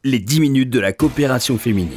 les 10 minutes de la coopération féminine.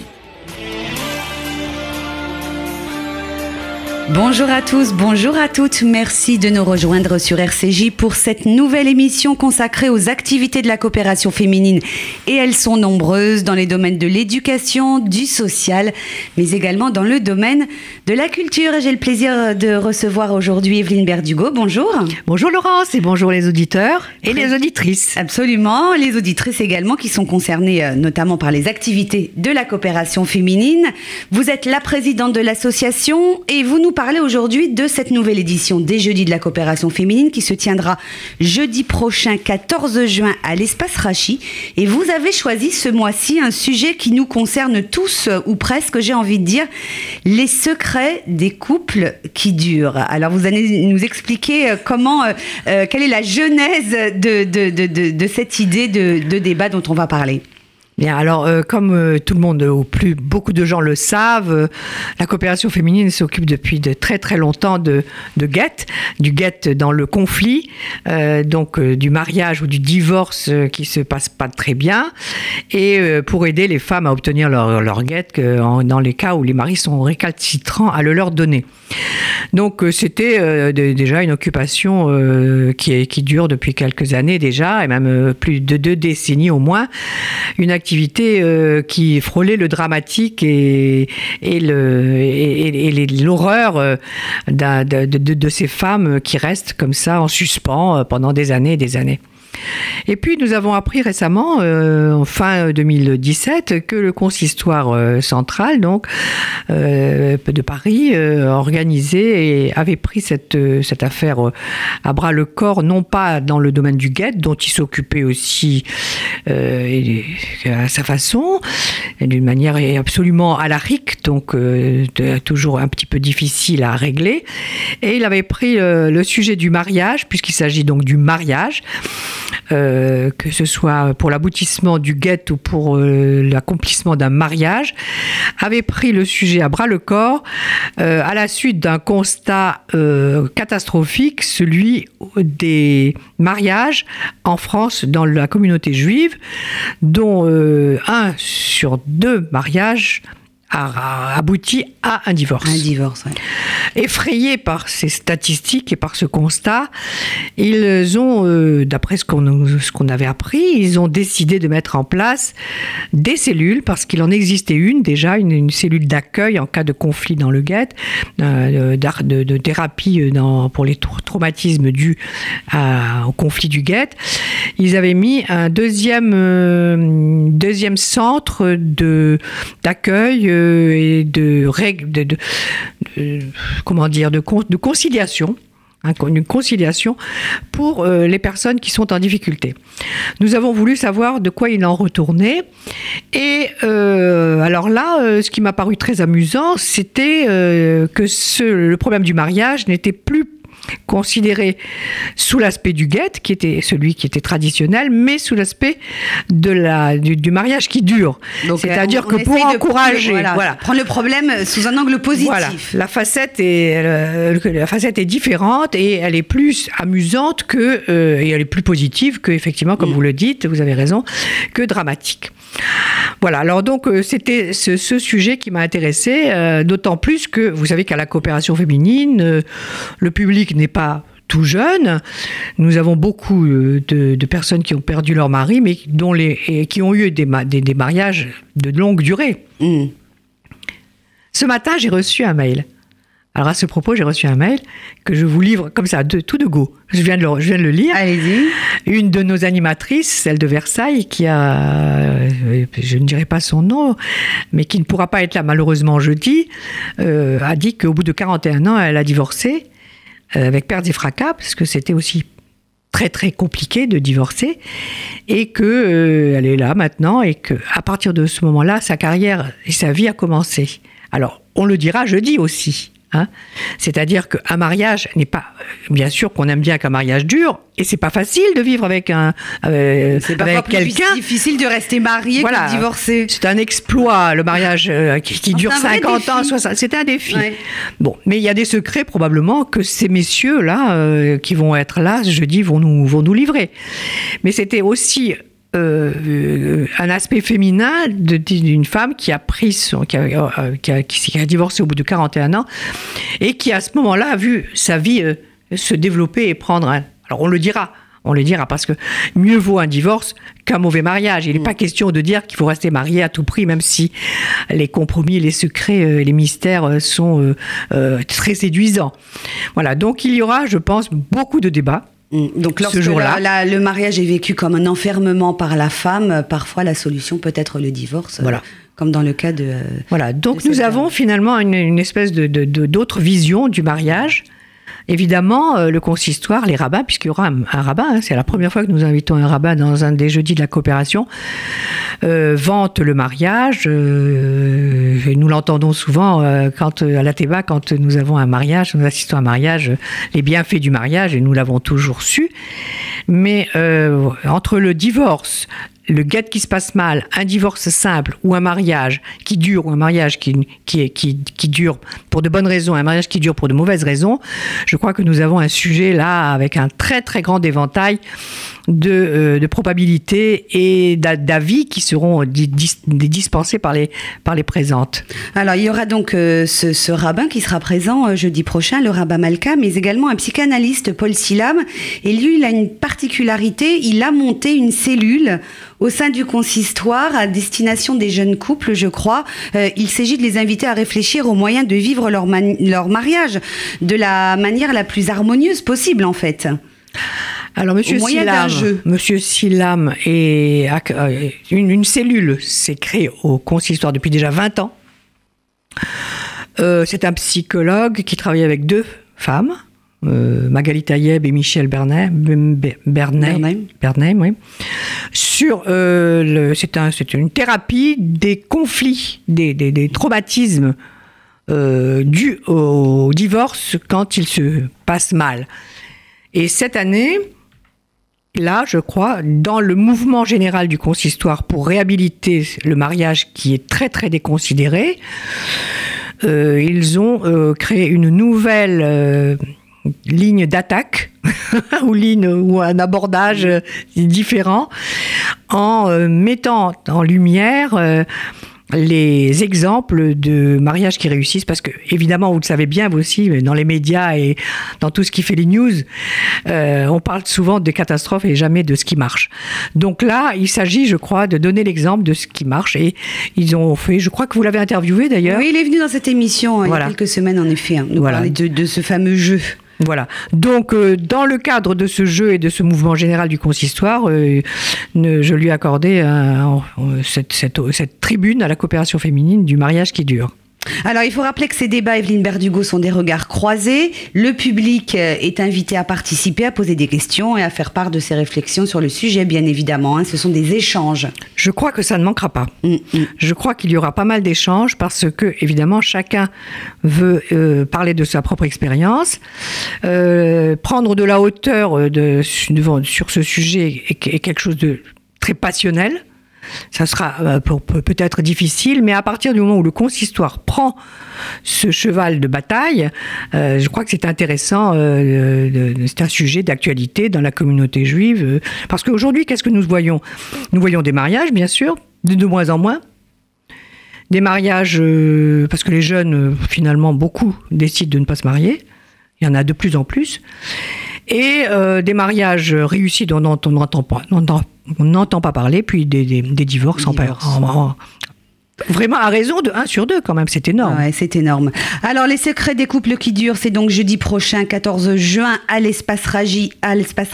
Bonjour à tous, bonjour à toutes. Merci de nous rejoindre sur RCJ pour cette nouvelle émission consacrée aux activités de la coopération féminine. Et elles sont nombreuses dans les domaines de l'éducation, du social, mais également dans le domaine de la culture. Et j'ai le plaisir de recevoir aujourd'hui Evelyne Berdugo. Bonjour. Bonjour Laurence et bonjour les auditeurs et les auditrices. Absolument, les auditrices également qui sont concernées notamment par les activités de la coopération féminine. Vous êtes la présidente de l'association et vous nous parler aujourd'hui de cette nouvelle édition des Jeudis de la coopération féminine qui se tiendra jeudi prochain 14 juin à l'espace Rachi. Et vous avez choisi ce mois-ci un sujet qui nous concerne tous, ou presque, j'ai envie de dire, les secrets des couples qui durent. Alors vous allez nous expliquer quelle est la genèse de cette idée de débat dont on va parler. Bien, alors, comme tout le monde, ou plus beaucoup de gens le savent, la coopération féminine s'occupe depuis de très très longtemps du guet dans le conflit, donc du mariage ou du divorce qui se passe pas très bien, et pour aider les femmes à obtenir leur guet dans les cas où les maris sont récalcitrants à le leur donner. Donc c'était déjà une occupation qui dure depuis quelques années déjà, et même plus de 2 décennies au moins, une activité qui frôlait le dramatique et l'horreur de ces femmes qui restent comme ça en suspens pendant des années et des années. Et puis nous avons appris récemment, en fin 2017, que le consistoire central de Paris organisait et avait pris cette affaire à bras le corps, non pas dans le domaine du guet, dont il s'occupait aussi à sa façon, d'une manière absolument alarique, donc toujours un petit peu difficile à régler. Et il avait pris le sujet du mariage, puisqu'il s'agit donc du mariage, que ce soit pour l'aboutissement du guet ou pour l'accomplissement d'un mariage, avait pris le sujet à bras le corps à la suite d'un constat catastrophique, celui des mariages en France dans la communauté juive, dont 1 sur 2 mariages a abouti à un divorce. Un divorce, oui. Effrayés par ces statistiques et par ce constat, ils ont, d'après ce qu'on avait appris, ils ont décidé de mettre en place des cellules, parce qu'il en existait déjà, une cellule d'accueil en cas de conflit dans le guet, de thérapie pour les traumatismes dus au conflit du guet. Ils avaient mis un deuxième centre d'accueil et de conciliation, une conciliation pour les personnes qui sont en difficulté. Nous avons voulu savoir de quoi il en retournait, et alors là, ce qui m'a paru très amusant, c'était que le problème du mariage n'était plus considéré sous l'aspect du guet, qui était celui qui était traditionnel, mais sous l'aspect du mariage qui dure. Donc, c'est-à-dire que pour encourager... prendre le problème sous un angle positif. Voilà, la facette est différente, et elle est plus amusante et elle est plus positive que, effectivement, comme vous le dites, vous avez raison, que dramatique. Voilà, alors donc c'était ce sujet qui m'a intéressée, d'autant plus que vous savez qu'à la coopération féminine, le public n'est pas tout jeune. Nous avons beaucoup de personnes qui ont perdu leur mari, mais qui ont eu des mariages de longue durée. Ce matin, j'ai reçu un mail. Alors à ce propos, j'ai reçu un mail que je vous livre comme ça, tout de go. Je viens de le lire. Allez-y. Une de nos animatrices, celle de Versailles, qui a, je ne dirai pas son nom, mais qui ne pourra pas être là malheureusement jeudi, a dit qu'au bout de 41 ans, elle a divorcé avec perte et fracas, parce que c'était aussi très très compliqué de divorcer, et que elle est là maintenant, et que à partir de ce moment-là, sa carrière et sa vie a commencé. Alors, on le dira jeudi aussi. C'est-à-dire qu'un mariage n'est pas... Bien sûr qu'on aime bien qu'un mariage dure, et c'est pas facile de vivre avec quelqu'un. C'est difficile de rester marié que de divorcer. C'est un exploit, le mariage qui dure 50 ans, 60, c'est un défi. Ouais. Bon, mais il y a des secrets probablement que ces messieurs-là, qui vont être là jeudi, vont nous livrer. Mais c'était aussi un aspect féminin d'une femme qui a qui a divorcé au bout de 41 ans et qui à ce moment-là a vu sa vie se développer et prendre alors on le dira parce que mieux vaut un divorce qu'un mauvais mariage. Il n'est pas question de dire qu'il faut rester marié à tout prix, même si les compromis, les secrets, les mystères sont très séduisants. Voilà, donc il y aura, je pense, beaucoup de débats. Donc lorsque le mariage est vécu comme un enfermement par la femme, parfois la solution peut être le divorce. Voilà. Comme dans le cas de... Voilà, donc nous avons finalement une espèce d'autre vision du mariage. Évidemment, le consistoire, les rabbins, puisqu'il y aura un rabbin, c'est la première fois que nous invitons un rabbin dans un des jeudis de la coopération, vantent le mariage. Et nous l'entendons souvent à la Théba, quand nous avons un mariage, nous assistons à un mariage, les bienfaits du mariage, et nous l'avons toujours su. Mais entre le divorce, le guet qui se passe mal, un divorce simple ou un mariage qui dure ou un mariage qui dure pour de bonnes raisons, un mariage qui dure pour de mauvaises raisons, je crois que nous avons un sujet là avec un très très grand éventail de probabilités et d'avis qui seront dispensés par les présentes. Alors il y aura donc ce rabbin qui sera présent jeudi prochain, le rabbin Malka, mais également un psychanalyste, Paul Silam. Et lui, il a une particularité, il a monté une cellule au sein du consistoire à destination des jeunes couples, je crois. Il s'agit de les inviter à réfléchir aux moyens de vivre leur mariage de la manière la plus harmonieuse possible, en fait. Alors, Monsieur Silam est une cellule s'est créée au consistoire depuis déjà 20 ans. C'est un psychologue qui travaille avec 2 femmes, Magali Tayeb et Michel Bernheim, oui. C'est une thérapie des conflits, des traumatismes dus au divorce quand il se passe mal. Et cette année, là, je crois, dans le mouvement général du consistoire pour réhabiliter le mariage qui est très très déconsidéré, ils ont créé une nouvelle ligne d'attaque ou un abordage différent en mettant en lumière les exemples de mariages qui réussissent, parce que évidemment, vous le savez bien, vous aussi, dans les médias et dans tout ce qui fait les news, on parle souvent des catastrophes et jamais de ce qui marche. Donc là, il s'agit, je crois, de donner l'exemple de ce qui marche, et ils ont fait, je crois que vous l'avez interviewé d'ailleurs. Oui, il est venu dans cette émission il y a quelques semaines, en effet, nous parler de ce fameux jeu. Voilà. Donc, dans le cadre de ce jeu et de ce mouvement général du consistoire, je lui ai accordé cette tribune à la coopération féminine du mariage qui dure. Alors, il faut rappeler que ces débats, Evelyne Berdugo, sont des regards croisés. Le public est invité à participer, à poser des questions et à faire part de ses réflexions sur le sujet, bien évidemment. Ce sont des échanges. Je crois que ça ne manquera pas. Je crois qu'il y aura pas mal d'échanges parce que, évidemment, chacun veut parler de sa propre expérience. Prendre de la hauteur sur ce sujet est quelque chose de très passionnel. Ça sera peut-être difficile, mais à partir du moment où le consistoire prend ce cheval de bataille, je crois que c'est intéressant, c'est un sujet d'actualité dans la communauté juive, parce qu'aujourd'hui, qu'est-ce que nous voyons ? Nous voyons des mariages, bien sûr, de moins en moins, des mariages, parce que les jeunes, finalement, beaucoup décident de ne pas se marier, il y en a de plus en plus, et des mariages réussis dont on n'entend pas parler, puis des divorces vraiment à raison de 1 sur 2 quand même, c'est énorme. Ouais, c'est énorme. Alors les secrets des couples qui durent, c'est donc jeudi prochain, 14 juin, à l'espace Rachi, à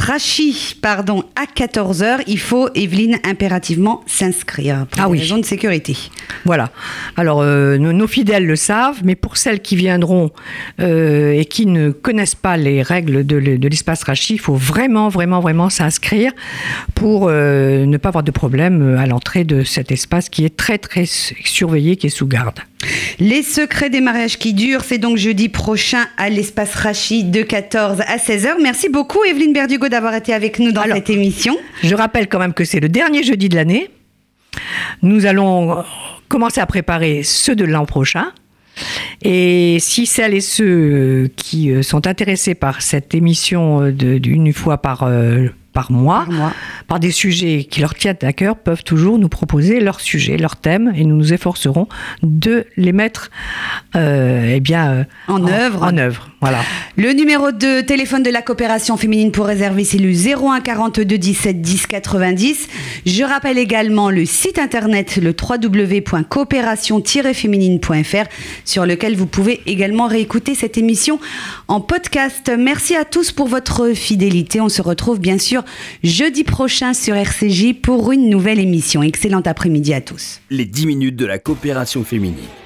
14h. Il faut, Evelyne, impérativement s'inscrire pour des raisons de sécurité. Voilà. Alors nos fidèles le savent, mais pour celles qui viendront et qui ne connaissent pas les règles de l'espace Rachi, il faut vraiment s'inscrire pour ne pas avoir de problème à l'entrée de cet espace qui est très très surveillé, qui est sous garde. Les secrets des mariages qui durent, c'est donc jeudi prochain à l'espace Rachi de 14 à 16h. Merci beaucoup Evelyne Berdugo d'avoir été avec nous dans cette émission. Je rappelle quand même que c'est le dernier jeudi de l'année. Nous allons commencer à préparer ceux de l'an prochain. Et si celles et ceux qui sont intéressés par cette émission d'une fois par par mois, par des sujets qui leur tiennent à cœur, peuvent toujours nous proposer leurs sujets, leurs thèmes, et nous nous efforcerons de les mettre en œuvre. Voilà. Le numéro de téléphone de la coopération féminine pour réserver, c'est le 01 42 17 10 90. Je rappelle également le site internet, le www.coopération-féminine.fr, sur lequel vous pouvez également réécouter cette émission en podcast. Merci à tous pour votre fidélité. On se retrouve bien sûr jeudi prochain sur RCJ pour une nouvelle émission. Excellent après-midi à tous. Les 10 minutes de la coopération féminine.